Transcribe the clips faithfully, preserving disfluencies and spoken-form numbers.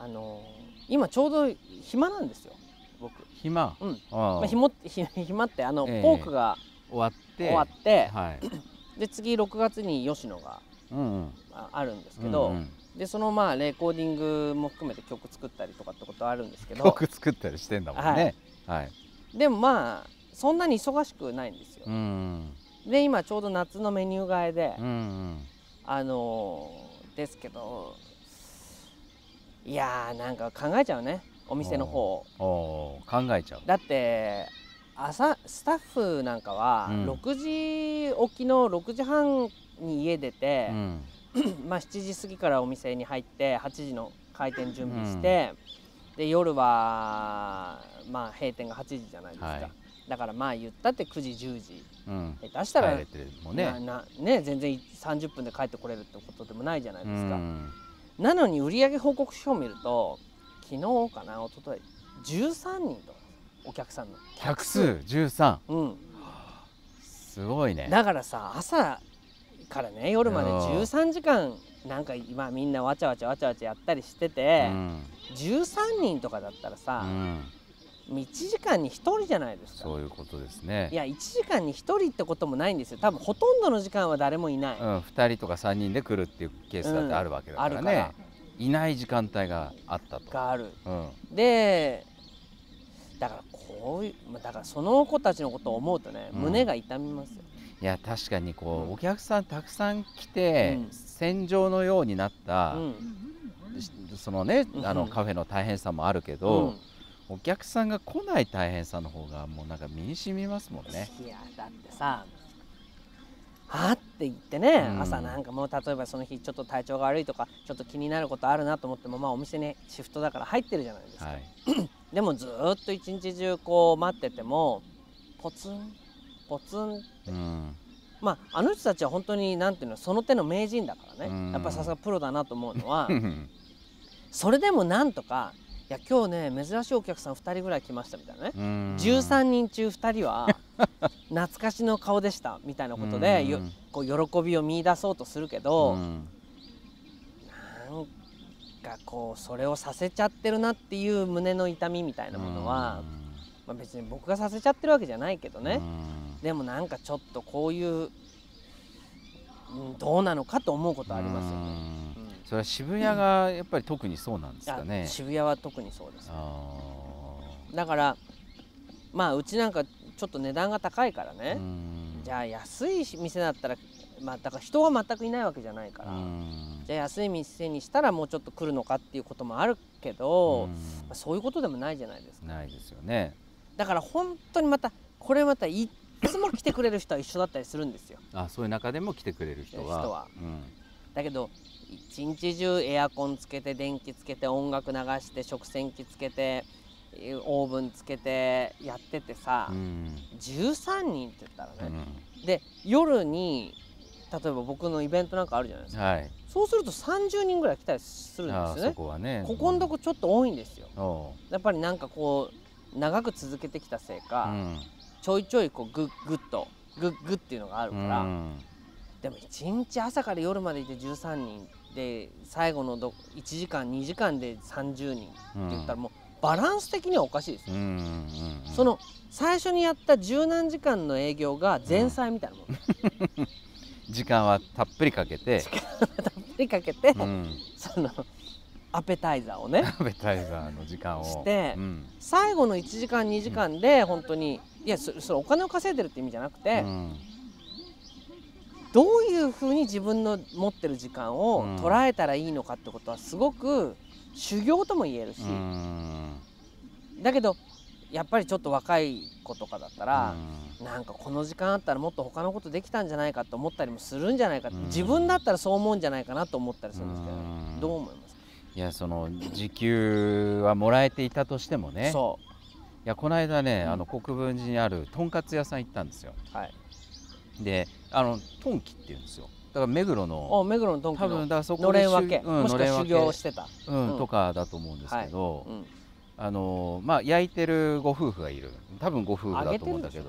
あの今ちょうど暇なんですよ僕。 暇、 うん、まあ、ひもひ暇ってあの、えー、ポークが終わって終わって、 はい、 で次ろくがつに吉野が、うんうん、あるんですけど、うんうん、でそのまあレコーディングも含めて曲作ったりとかってことあるんですけど、 曲作ったりしてんだもんね、はい、はい、 でもまあそんなに忙しくないんですよ、うん、で今ちょうど夏のメニュー替えで、うんうん、あのー、ですけどいやーなんか考えちゃうねお店の方を考えちゃう。 だって朝スタッフなんかはろくじ起きのろくじはんに家出て、うん、まあしちじ過ぎからお店に入ってはちじの開店準備して、うん、で夜はまあ閉店がはちじじゃないですか、はい、だからまあ言ったってくじじゅうじ、うん、下手したら、ねね、全然さんじゅっぷんで帰ってこれるってことでもないじゃないですか、うん、なのに売上報告書を見ると昨日かな一昨日じゅうさんにんとお客さんの客数じゅうさん、うん、すごいね。 だからさ朝からね夜までじゅうさんじかんなんか今みんなわちゃわちゃわちゃわちゃやったりしてて、うん、じゅうさんにんとかだったらさ、うん、いちじかんにひとりじゃないですか。 そういうことですね。 いやいちじかんにひとりってこともないんですよ。多分ほとんどの時間は誰もいない、 うん、ふたりとかさんにんで来るっていうケースだってあるわけだからね、うん、あるからいない時間帯があったとがある、うん、でだからこういうだからその子たちのことを思うとね、うん、胸が痛みますよ。 いや確かにこう、うん、お客さんたくさん来て、うん、戦場のようになった、うん、そのね、うん、あのカフェの大変さもあるけど、うん、お客さんが来ない大変さの方がもうなんか身に染みますもんね。 いやだってさはって言ってね、うん、朝なんかもう例えばその日ちょっと体調が悪いとかちょっと気になることあるなと思ってもまあお店にシフトだから入ってるじゃないですか、はい、でもずっと一日中こう待っててもポツンポツンって、うん、まああの人たちは本当になんていうのその手の名人だからね、うん、やっぱさすがプロだなと思うのはそれでもなんとかいや今日ね珍しいお客さんふたりぐらい来ましたみたいなね、じゅうさんにんちゅうふたりは懐かしの顔でしたみたいなことでよこう喜びを見出そうとするけど、なんかこうそれをさせちゃってるなっていう胸の痛みみたいなものは、まあ、別に僕がさせちゃってるわけじゃないけどね、でもなんかちょっとこういう、うん、どうなのかと思うことありますよね。 それは渋谷がやっぱり特にそうなんですかね。 渋谷は特にそうです、ね、だからまあうちなんかちょっと値段が高いからね、じゃあ安い店だったら、まあ、だから人は全くいないわけじゃないから、じゃあ安い店にしたらもうちょっと来るのかっていうこともあるけど、まあ、そういうことでもないじゃないですか。 ないですよね。だから本当にまたこれまたいつも来てくれる人は一緒だったりするんですよ。 あ、そういう中でも来てくれる人は。人はうん、だけど一日中エアコンつけて電気つけて音楽流して食洗機つけてオーブンつけてやっててさ、うん、じゅうさんにんって言ったらね、うん、で夜に例えば僕のイベントなんかあるじゃないですか、はい、そうするとさんじゅうにんぐらい来たりするんですよね。 そこはね、 ここのとこちょっと多いんですよ、うん、やっぱりなんかこう長く続けてきたせいか、うん、ちょいちょいこうグッグッとグッグッっていうのがあるから、うん、でもいちにち朝から夜までいてじゅうさんにんで最後のどいちじかんにじかんでさんじゅうにんって言ったらもうバランス的にはおかしいですよ、うんうんうん、その最初にやった十何時間の営業が前菜みたいなもん、 うん、時間はたっぷりかけて時間はたっぷりかけて、うん、そのアペタイザーをねアペタイザーの時間をして、うん、最後のいちじかんにじかんで本当にいや そ, それお金を稼いでるって意味じゃなくて、うん、どういうふうに自分の持ってる時間を捉えたらいいのかってことはすごく修行とも言えるし、うん、だけどやっぱりちょっと若い子とかだったら、うん、なんかこの時間あったらもっと他のことできたんじゃないかと思ったりもするんじゃないかって、うん、自分だったらそう思うんじゃないかなと思ったりするんですけど、ね、うん、どう思いますか？ いやその時給はもらえていたとしてもね、そういやこの間ね、うん、あの国分寺にあるとんかつ屋さん行ったんですよ、はい、であのトンキっていうんですよ。だから目黒の目黒のトンキの多分だからそこのれん分け、うん、もしくは修行してた、 うんうん、とかだと思うんですけど、はい、うん、あのまあ焼いてるご夫婦がいる、多分ご夫婦だと思うんだけど、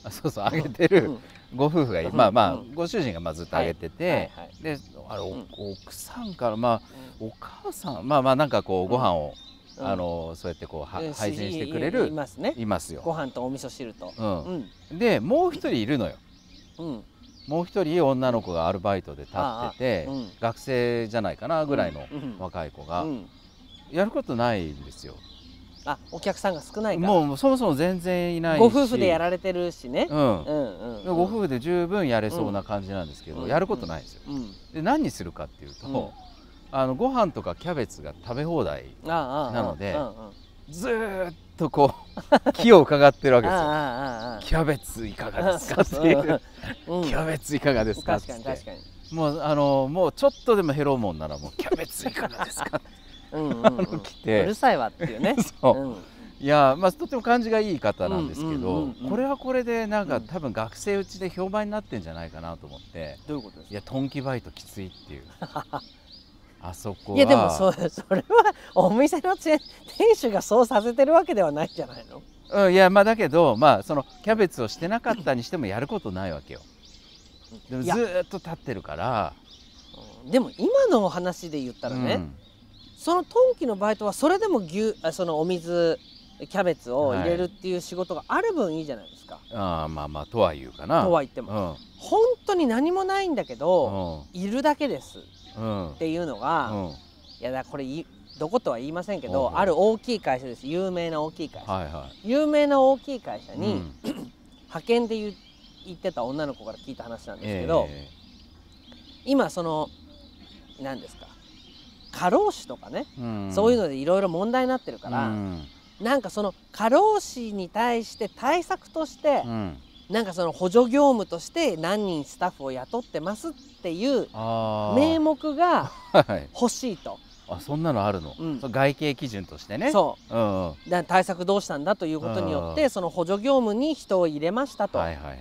あそうそうあげてるご夫婦がいる、まあまあご主人がまあずっとあげてて、であれ奥さんからまあお母さんまあまあなんかこうご飯をあのそうやってこう配膳してくれるいますね。 いますよ。 ご飯とお味噌汁と。 でもう一人いるのよ。もう一人女の子がアルバイトで立ってて、学生じゃないかなぐらいの若い子がやることないんですよ。 あ、お客さんが少ないから。 もうそもそも全然いないし、 ご夫婦でやられてるしね。 うん、ご夫婦で十分やれそうな感じなんですけど、やることないんですよ。で何にするかっていうと、あのご飯とかキャベツが食べ放題なので、ずーっとこう気を伺ってるわけですよ。キャベツいかがですかっていう、キャベツいかがですかって。確かに確かに。もうあのもうちょっとでも減ろうもんならもうキャベツいかがですか。 来てうるさいわっていうね。 いやまあとても感じがいい方なんですけど、これはこれでなんか多分学生うちで評判になってんじゃないかなと思って。 どういうことですか。 いやトンキバイトきついっていう。あそこは。 いやでもそれそれはお店の店主がそうさせてるわけではないんじゃないの。 うん、いやまあだけどまあそのキャベツをしてなかったにしてもやることないわけよ。でもずーっと立ってるから。 でも今のお話で言ったらね、うん、そのトンキのバイトはそれでも牛あそのお水キャベツを入れるっていう仕事がある分いいじゃないですか。 ああまあまあとは言うかな。 とは言っても、うん、本当に何もないんだけど、うん、いるだけです、うん、っていうのが、うん、いやだこれどことは言いませんけど、うん、ある大きい会社です。有名な大きい会社、はいはい、有名な大きい会社に、うん、派遣で言ってた女の子から聞いた話なんですけど、えー、今その何ですか過労死とかね、うん、そういうのでいろいろ問題になってるから、うん、なんかその過労死に対して対策として、うん、なんかその補助業務として何人スタッフを雇ってますっていう名目が欲しいと。 あ、そんなのあるの、うん、外形基準としてね。 そう、うんうん、だ対策どうしたんだということによってその補助業務に人を入れましたと、はいはいはい、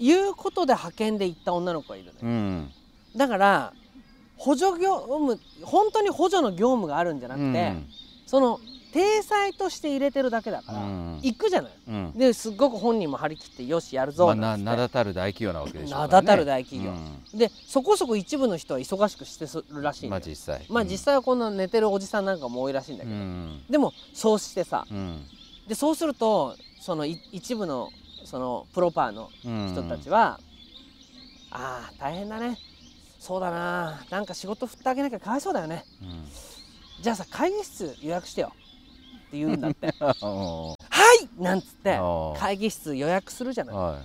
いうことで派遣で行った女の子がいるのよ、うん、だから補助業務本当に補助の業務があるんじゃなくて、うん、その体裁として入れてるだけだから、うん、行くじゃない、うん、ですっごく本人も張り切ってよしやるぞなんて、 まあ、名だたる大企業なわけでしょうからね。 名だたる大企業、うん、でそこそこ一部の人は忙しくしてるらしいんだよ。 まあ実際まあ実際はこんな寝てるおじさんなんかも多いらしいんだけど、うん、でもそうしてさ、うん、でそうするとその一部のそのプロパーの人たちは、うん、ああ大変だね、そうだな、なんか仕事振ってあげなきゃかわいそうだよね、うん、じゃあさ会議室予約してよって言うんだってはいなんつって会議室予約するじゃない、はい、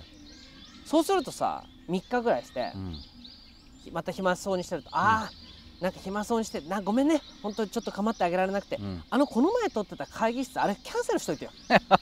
そうするとさみっかぐらいして、うん、また暇そうにしてると、うん、ああなんか暇そうにしてなごめんね本当にちょっと構ってあげられなくて、うん、あのこの前取ってた会議室あれキャンセルしといてよ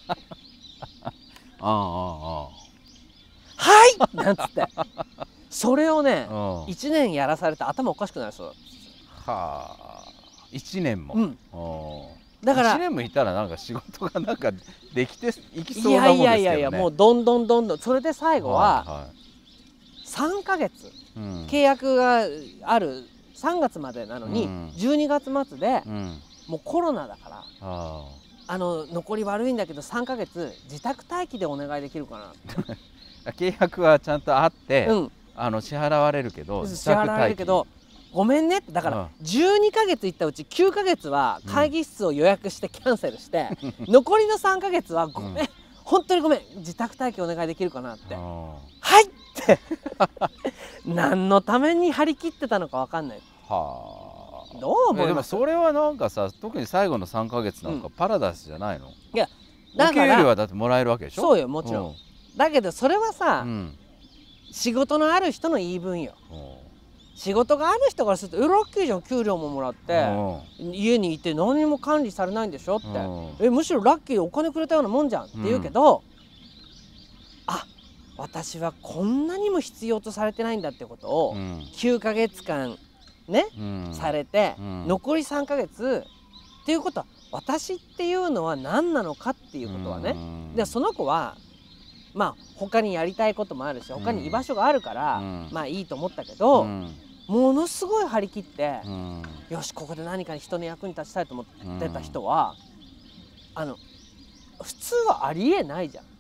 ああああはいなんつってそれをねいちねんやらされて頭おかしくなるそうだ。 はあいちねんも、うん、 だからいちねんもいたらなんか仕事がなんかできていきそうなもんですけどね。いやいやいやもうどんどんどんどんそれで最後はさんかげつ、うん、契約があるさんがつまでなのに、うん、じゅうにがつまつで、うん、もうコロナだからああの残り悪いんだけどさんかげつ自宅待機でお願いできるかな契約はちゃんとあって、うん、あの支払われるけど支払われるけどごめんねってだからじゅうにかげつ行ったうちきゅうかげつは会議室を予約してキャンセルして、うん、残りのさんかげつはごめん、うん、本当にごめん自宅待機お願いできるかなってはいって何のために張り切ってたのか分かんない。はあ、どう思います？ でもそれはなんかさ特に最後のさんかげつなんかパラダイスじゃないの？いやだからお給料はだってもらえるわけでしょ？ そうよもちろん、うん、だけどそれはさ、うん、仕事のある人の言い分よ。仕事がある人からすると「えラッキーじゃん給料ももらって家にいて何も管理されないんでしょ」って「えむしろラッキーでお金くれたようなもんじゃん」って言うけど、うん、あ私はこんなにも必要とされてないんだってことをきゅうかげつかんね、うん、されて、うん、残りさんかげつっていうことは私っていうのは何なのかっていうことはね、うん、でその子はまあ他にやりたいこともあるし他に居場所があるから、うん、まあいいと思ったけど、うん、ものすごい張り切って、うん、よしここで何か人の役に立ちたいと思ってた人は、うん、あの普通はありえないじゃん。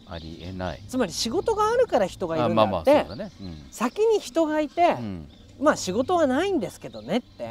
ありえない。 つまり仕事があるから人がいるんまあまあだって、 そうだね、うん、 先に人がいて、 うん、 まあ仕事はないんですけどねって、 うん、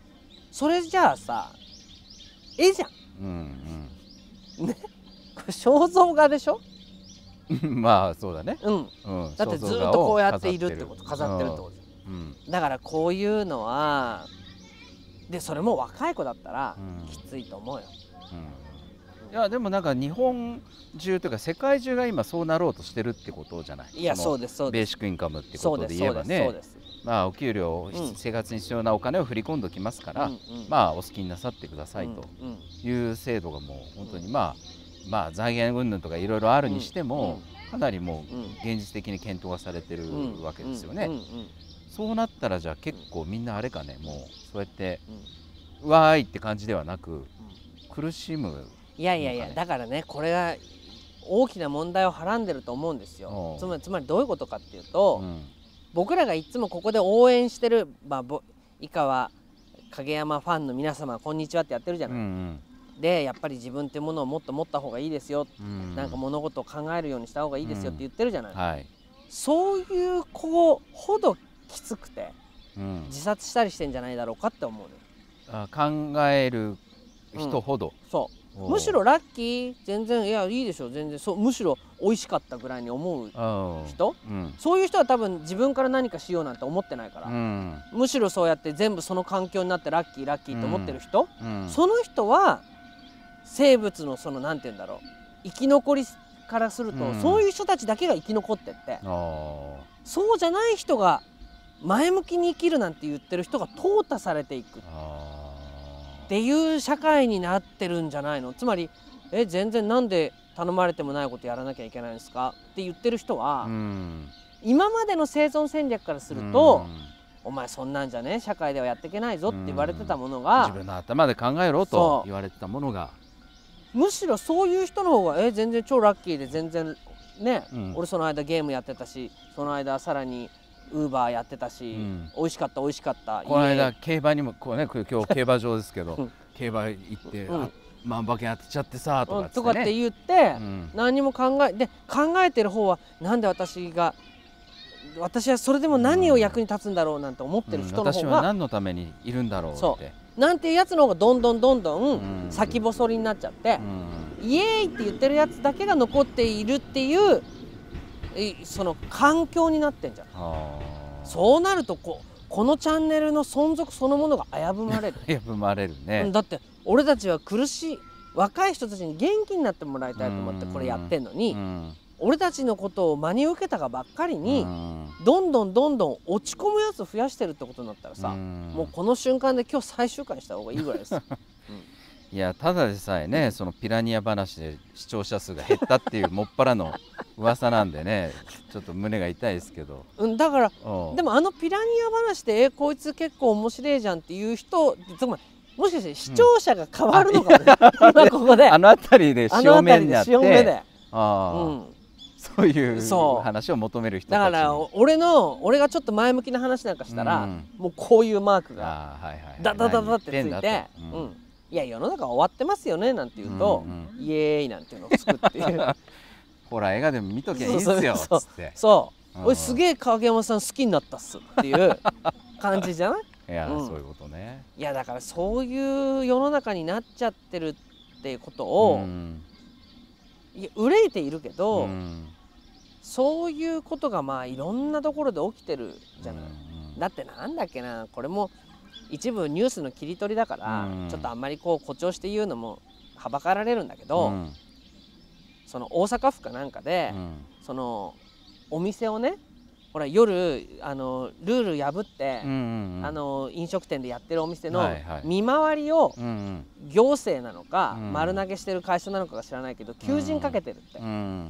それじゃあさ絵じゃん、 うんうん、ね、これ肖像画でしょまあそうだね、 うん、 うん、 だってずっとこうやっているってこと飾ってるってこと、 うん、 だからこういうのはでそれも若い子だったらきついと思うよ、 うん、いやでもなんか日本中というか世界中が今そうなろうとしてるってことじゃない。 いやそうですそうです、 ベーシックインカムってことで言えばね、まあお給料、うん、生活に必要なお金を振り込んでおきますから、うんうん、まあお好きになさってくださいという制度がもう本当にまあまあ財源云々とかいろいろあるにしても、かなりもう現実的に検討がされてるわけですよね。そうなったらじゃあ結構みんなあれかね、もうそうやってうわーいって感じではなく苦しむ。 いやいやいや、だからねこれが大きな問題をはらんでると思うんですよ。つまりつまりどういうことかっていうと、うん、僕らがいつもここで応援してる、まあ、井川影山ファンの皆様こんにちはってやってるじゃない、うんうん、でやっぱり自分っていうものをもっと持った方がいいですよ、うん、なんか物事を考えるようにした方がいいですよって言ってるじゃない、うんはい、そういう子ほどきつくて、うん、自殺したりしてんじゃないだろうかって思うね。 あ考える人ほど、 うん、そうむしろラッキー全然いやいいでしょ全然そうむしろ美味しかったぐらいに思う人、うん、そういう人は多分自分から何かしようなんて思ってないから、うん、むしろそうやって全部その環境になってラッキーラッキーと思ってる人、うんうん、その人は生物のそのなんて言うんだろう生き残りからすると、うん、そういう人たちだけが生き残ってって、そうじゃない人が前向きに生きるなんて言ってる人が淘汰されていくっていう社会になってるんじゃないの。つまりえ全然なんで頼まれてもないことやらなきゃいけないんですかって言ってる人は、うん、今までの生存戦略からすると、うん、お前そんなんじゃね社会ではやっていけないぞって言われてたものが、 うん、自分の頭で考えろと言われてたものがむしろそういう人の方がえ全然超ラッキーで全然ね、うん、俺その間ゲームやってたしその間さらにウーバーやってたし、うん、美味しかった美味しかった。 この間競馬にもこうね今日競馬場ですけど、うん、競馬行って、うん、万馬券当てちゃってさとかって、ね、 とかって言って、うん、何にも考えで考えてる方はなんで私が私はそれでも何を役に立つんだろうなんて思ってる人の方が、うん、 私は何のためにいるんだろうってそうなんていうやつの方がどんどんどんどん先細りになっちゃって、うん、イエーイって言ってるやつだけが残っているっていうその環境になってんじゃん。そうなるとここのチャンネルの存続そのものが危ぶまれる危ぶまれるね。 だって俺たちは苦しい若い人たちに元気になってもらいたいと思ってこれやってんのに、俺たちのことを真に受けたがばっかりにどんどんどんどん落ち込むやつを増やしてるってことになったらさ、もうこの瞬間で今日最終回にした方がいいぐらいです、うんいやただでさえねそのピラニア話で視聴者数が減ったっていうもっぱらの噂なんでねちょっと胸が痛いですけど、 うん、だからでもあのピラニア話でえこいつ結構面白いじゃんっていう人つまりもしかして視聴者が変わるのかもね、うん、今ここであの辺りで潮目になって潮目であ、うん、そういう話を求める人たちだから俺の俺がちょっと前向きな話なんかしたら、うん、もうこういうマークがダダダダってついていや世の中終わってますよねなんて言うと、うんうん、イエーイなんていうのを作っていうほら映画でも見ときゃいいっすよっつってそう、うん、俺すげえ影山さん好きになったっすっていう感じじゃないいや、うん、そういうことね。 いやだからそういう世の中になっちゃってるっていうことを、うん、いや憂いているけど、うん、そういうことがまあいろんなところで起きてるじゃない、うんうん、だってなんだっけなこれも一部ニュースの切り取りだから、うん、ちょっとあんまりこう誇張して言うのもはばかられるんだけど、うん、その大阪府かなんかで、うん、そのお店をねほら夜あのルール破って、うんうんうん、あの飲食店でやってるお店の見回りを行政なのか、うんうん、丸投げしてる会社なのかが知らないけど求人かけてるって、うん、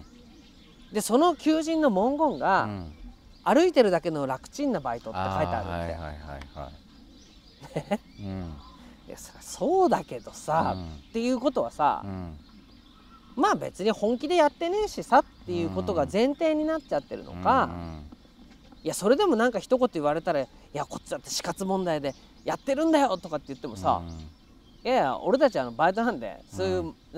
でその求人の文言が、うん、歩いてるだけの楽ちんなバイトって書いてあるって。うん、いやそうだけどさ、うん、っていうことはさ、うん、まあ別に本気でやってねえしさっていうことが前提になっちゃってるのか、うん、いやそれでもなんか一言言われたらいやこっちだって死活問題でやってるんだよとかって言ってもさ、うん、いやいや俺たちはバイトなんでそういう、うん、な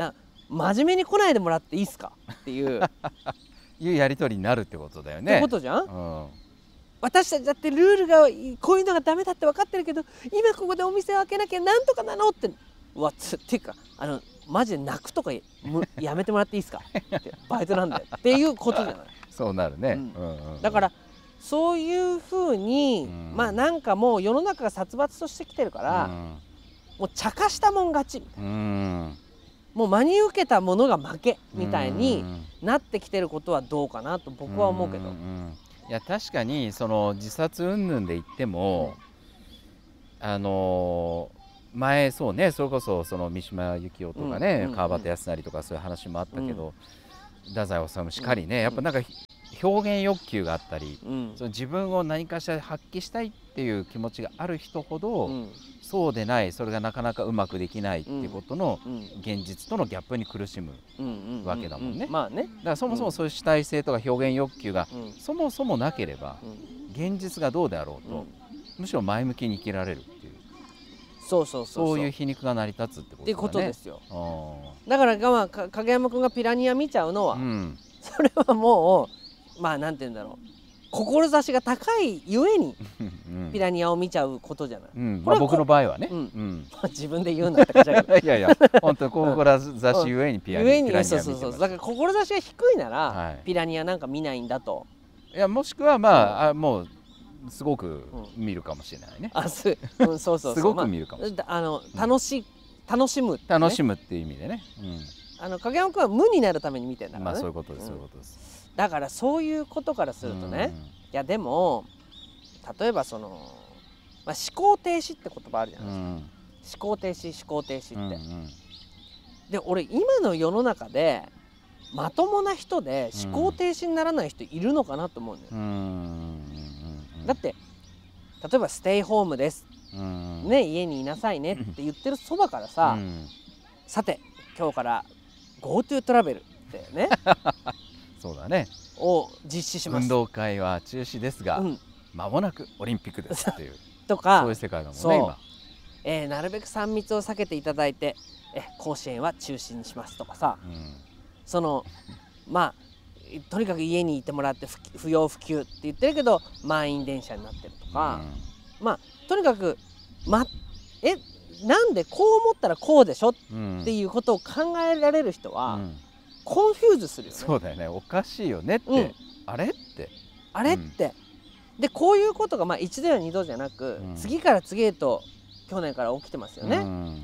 真面目に来ないでもらっていいっすかっていういうやり取りになるってことだよね。 ってことじゃん、 うん、 私たちだってルールがこういうのがダメだって分かってるけど今ここでお店を開けなきゃなんとかなのって、うわっつっていうかあのマジで泣くとかやめてもらっていいですかってバイトなんだよっていうことじゃない。 そうなるね、 うんうんうん、だからそういうふうに、うん、まあなんかもう世の中が殺伐としてきてるから、うん、もう茶化したもん勝ちみたいな、うん、もう真に受けたものが負けみたいになってきてることはどうかなと僕は思うけど、うんうん、 いや確かにその自殺云々で言っても、うん、あのー前そうね、それこそその三島由紀夫とかね、うん、川端康成とかそういう話もあったけど、うん、太宰治しかりね、うん、やっぱなんか表現欲求があったり、うん、その自分を何かしら発揮したいっていう気持ちがある人ほど、うん、そうでない、それがなかなかうまくできないっていうことの現実とのギャップに苦しむわけだもんね。だからそもそもそういう主体性とか表現欲求がそもそもなければ、現実がどうであろうと、むしろ前向きに生きられるっていう。 そうそうそうそう、 そういう皮肉が成り立つってことだね。ってことですよ。だからまあ影山君がピラニア見ちゃうのは、うん、それはもうまあなんて言うんだろう、志が高いゆえにピラニアを見ちゃうことじゃない。 うん、まあ、僕の場合はね、うんうん、 自分で言うんだって感じだけどいやいや本当志ゆえにピラニア見てました。 そうそうそう、だから志が低いなら、はい、ピラニアなんか見ないんだと。 いやもしくはまあ、うん、あもうすごく見るかもしれないね。 あ、す、うん、そうそうそう。 すごく見るかもしれない。 あの楽し楽しむ、ね、 楽しむっていう意味でね。うん、 あの影山君は無になるために見てんだからね。 まあそういうことです、そういうことです。 だからそういうことからするとね、いやでも例えばその、まあ、思考停止って言葉あるじゃないですか。うん、思考停止思考停止って。うんうん、で俺今の世の中でまともな人で思考停止にならない人いるのかなと思うんだよ。うん、だって例えばステイホームです、ね、家にいなさいねって言ってるそばからさ、うん、さて今日から GoTo トラベルってねそうだねを実施します。 運動会は中止ですが、うん、間もなくオリンピックですっていうとか、 そういう世界だもんね今、 えー、なるべくさん密を避けていただいてえ甲子園は中止にしますとかさ、うん、そのまあとにかく家にいてもらって不要不急って言ってるけど満員電車になってるとか、うん、まあとにかく、ま、えなんでこう思ったらこうでしょ、うん、っていうことを考えられる人は、うん、コンフューズするよね。 そうだよね、おかしいよねって、うん、あれってあれって、でこういうことがまあ一度や二度じゃなく、次から次へと去年から起きてますよね。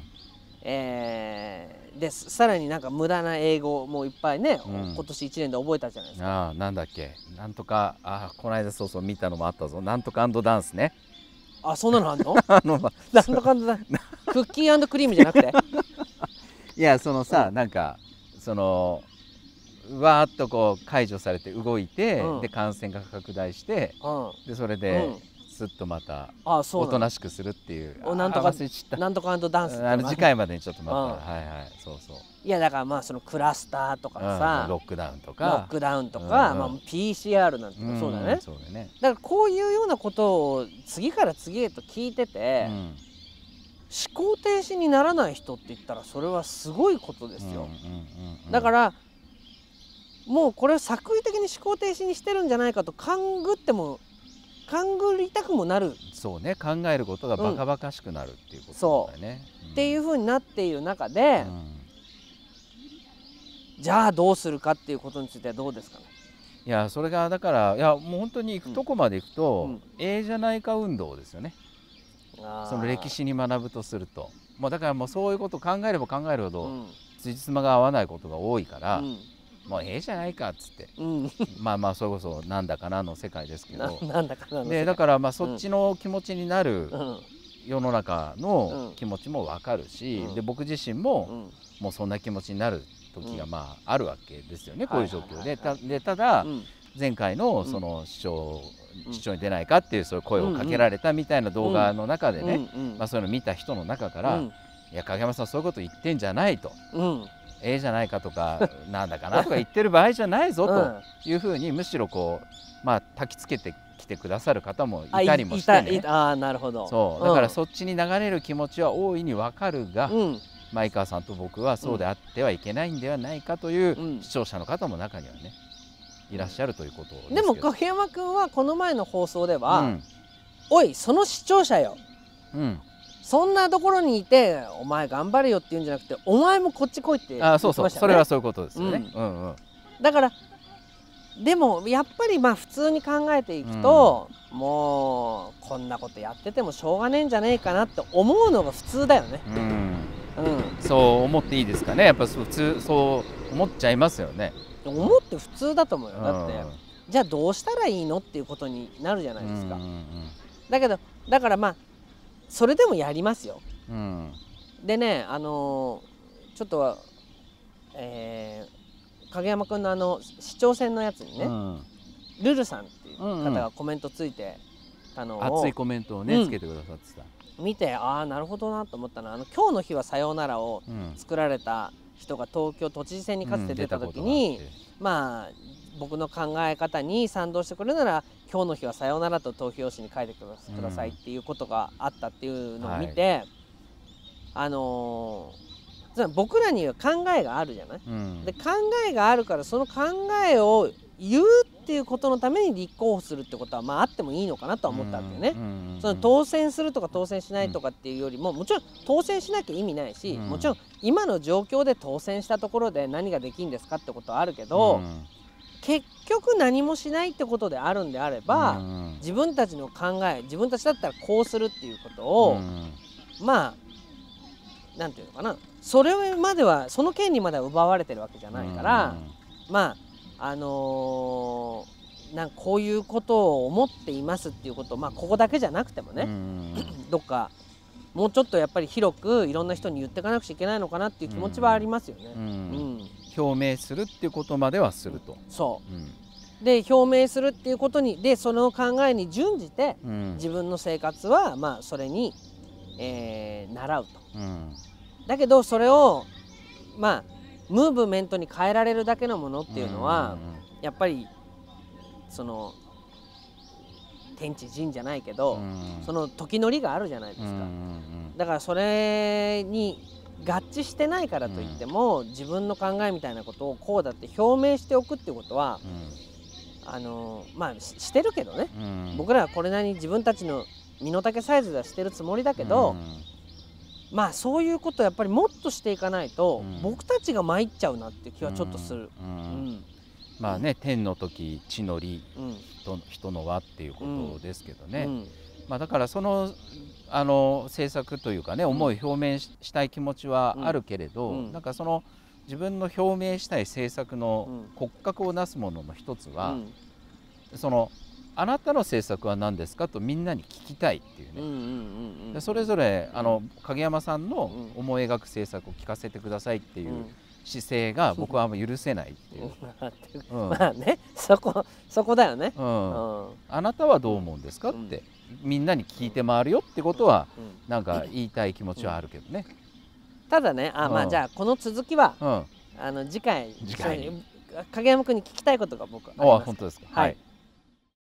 えー、でさらになんか無駄な英語もいっぱいね、うん、今年いちねんで覚えたじゃないですか。 ああ、なんだっけ、なんとか、あこの間そうそう見たのもあったぞ、なんとかダンスね。 あ、そんなのあんのあの、ま、なんとかダンスクッキークリームじゃなくていやそのさ、うん、なんかそのわーっとこう解除されて動いて、うん、で感染が拡大して、うん、でそれで、うんすっとまたおとなしくするっていう、 なんとかなんとかダンス、 あの次回までにちょっとまた、はいはい、そうそう、 いやだからまあそのクラスターとかさ、 ロックダウンとかロックダウンとか、まあ ピーシーアール なんてそうだね。そうだね。だからこういうようなことを次から次へと聞いてて、思考停止にならない人って言ったらそれはすごいことですよ。だからもうこれを作為的に思考停止にしてるんじゃないかと勘ぐっても勘ぐりたくもなる。 そうね、考えることがバカバカしくなるっていうことだよね。 そう、うん、っていうふうになっている中で、うん、じゃあどうするかっていうことについてはどうですかね。 いやそれがだからいやもう本当に行くとこまで行くと、うん、ええじゃないか運動ですよね。その歴史に学ぶとすると、もうだからもうそういうことを考えれば考えるほど、うん、辻褄が合わないことが多いから、うん、もうええじゃないかっつって、うん、まあまあそれこそなんだかなの世界ですけどなんだかなのでだからまあそっちの気持ちになる世の中の気持ちも分かるし、うん、で僕自身ももうそんな気持ちになる時がまああるわけですよね、こういう状況で。たでただ、うん、前回のその市長、うん、市長に出ないかっていうそういう声をかけられたみたいな動画の中でね、まあそういうのを見た人の中から、うん、いや影山さんそういうこと言ってんじゃないと。うんええじゃないかとかなんだかなとか言ってる場合じゃないぞというふうにむしろこうまあ焚きつけてきてくださる方もいたりもしてね。 ああなるほど。 そうだからそっちに流れる気持ちは大いにわかるが、うん、 前川さんと僕はそうであってはいけないんではないかという視聴者の方も中にはねいらっしゃるということですけど。 でも影山君はこの前の放送では、うん、おいその視聴者よ、うん、そんなところにいてお前頑張れよって言うんじゃなくてお前もこっち来いって言ってましたよね。あ、そうそう、 それはそういうことですよね。うんうんうん、 だからでもやっぱりまあ普通に考えていくと、うん、もうこんなことやっててもしょうがねえんじゃねえかなって思うのが普通だよね。うん、うん、 そう思っていいですかね。やっぱ普通そう思っちゃいますよね。 思って普通だと思うよ。だって、うん、じゃあどうしたらいいのっていうことになるじゃないですか。うんうんうん、だけどだからまあそれでもやりますよ。うん、でねあのー、ちょっとえー影山君のあの市長選のやつにね、うん、ルルさんっていう方がコメントついてたのを、うんうん、 熱いコメントをね、うん、つけてくださってた見て、ああなるほどなと思ったのは、あの今日の日はさようならを作られた人が東京都知事選にかつて出た時に、うん、まあ僕の考え方に賛同してくれるなら今日の日はさようならと投票用紙に書いてくださいっていうことがあったっていうのを見て、はい、あのー僕らには考えがあるじゃない、うん、で考えがあるからその考えを言うっていうことのために立候補するってことはまああってもいいのかなとは思ったわけよね。その当選するとか当選しないとかっていうよりも、もちろん当選しなきゃ意味ないし、うん、もちろん今の状況で当選したところで何ができるんですかってことはあるけど、うん、結局何もしないってことであるんであれば、うん、自分たちの考え自分たちだったらこうするっていうことを、うん、まあなんていうのかな、それまではその権利までは奪われてるわけじゃないから、うん、まああのー、なんかこういうことを思っていますっていうことを、まあ、ここだけじゃなくてもね、うん、どっかもうちょっとやっぱり広くいろんな人に言っていかなくちゃいけないのかなっていう気持ちはありますよね。うんうん、 表明するっていうことまではすると。 そう、うん、で表明するっていうことにでその考えに準じて、うん、自分の生活はまあそれに、えー、習うと。うんだけどそれをまあムーブメントに変えられるだけのものっていうのはやっぱりその天地人じゃないけどその時のりがあるじゃないですか。だからそれに合致してないからといっても自分の考えみたいなことをこうだって表明しておくっていうことはあのまあしてるけどね、僕らはこれなりに自分たちの身の丈サイズではしてるつもりだけど、まあそういうことやっぱりもっとしていかないと、うん、僕たちが参っちゃうなっていう気はちょっとする。うんうん、 まあね、天の時地の利、うん、人, 人の輪っていうことですけどね、うん、まあ、だからそのあの政策というかね思い表明 し,、したい気持ちはあるけれど、うん、なんかその自分の表明したい政策の骨格をなすものの一つは、うん、そのあなたの政策は何ですかとみんなに聞きたいっていうね、それぞれあの影山さんの思い描く政策を聞かせてくださいっていう姿勢が僕はあんま許せないっていう、 うん、まあねそこそこだよね、 うんうん、あなたはどう思うんですかって、うん、みんなに聞いて回るよってことは、うん、なんか言いたい気持ちはあるけどね、 うん、ただねあ、まあ、じゃあこの続きは、うん、あの次回次回影山君に聞きたいことが僕はあります。 あ、本当ですか。はい、はい。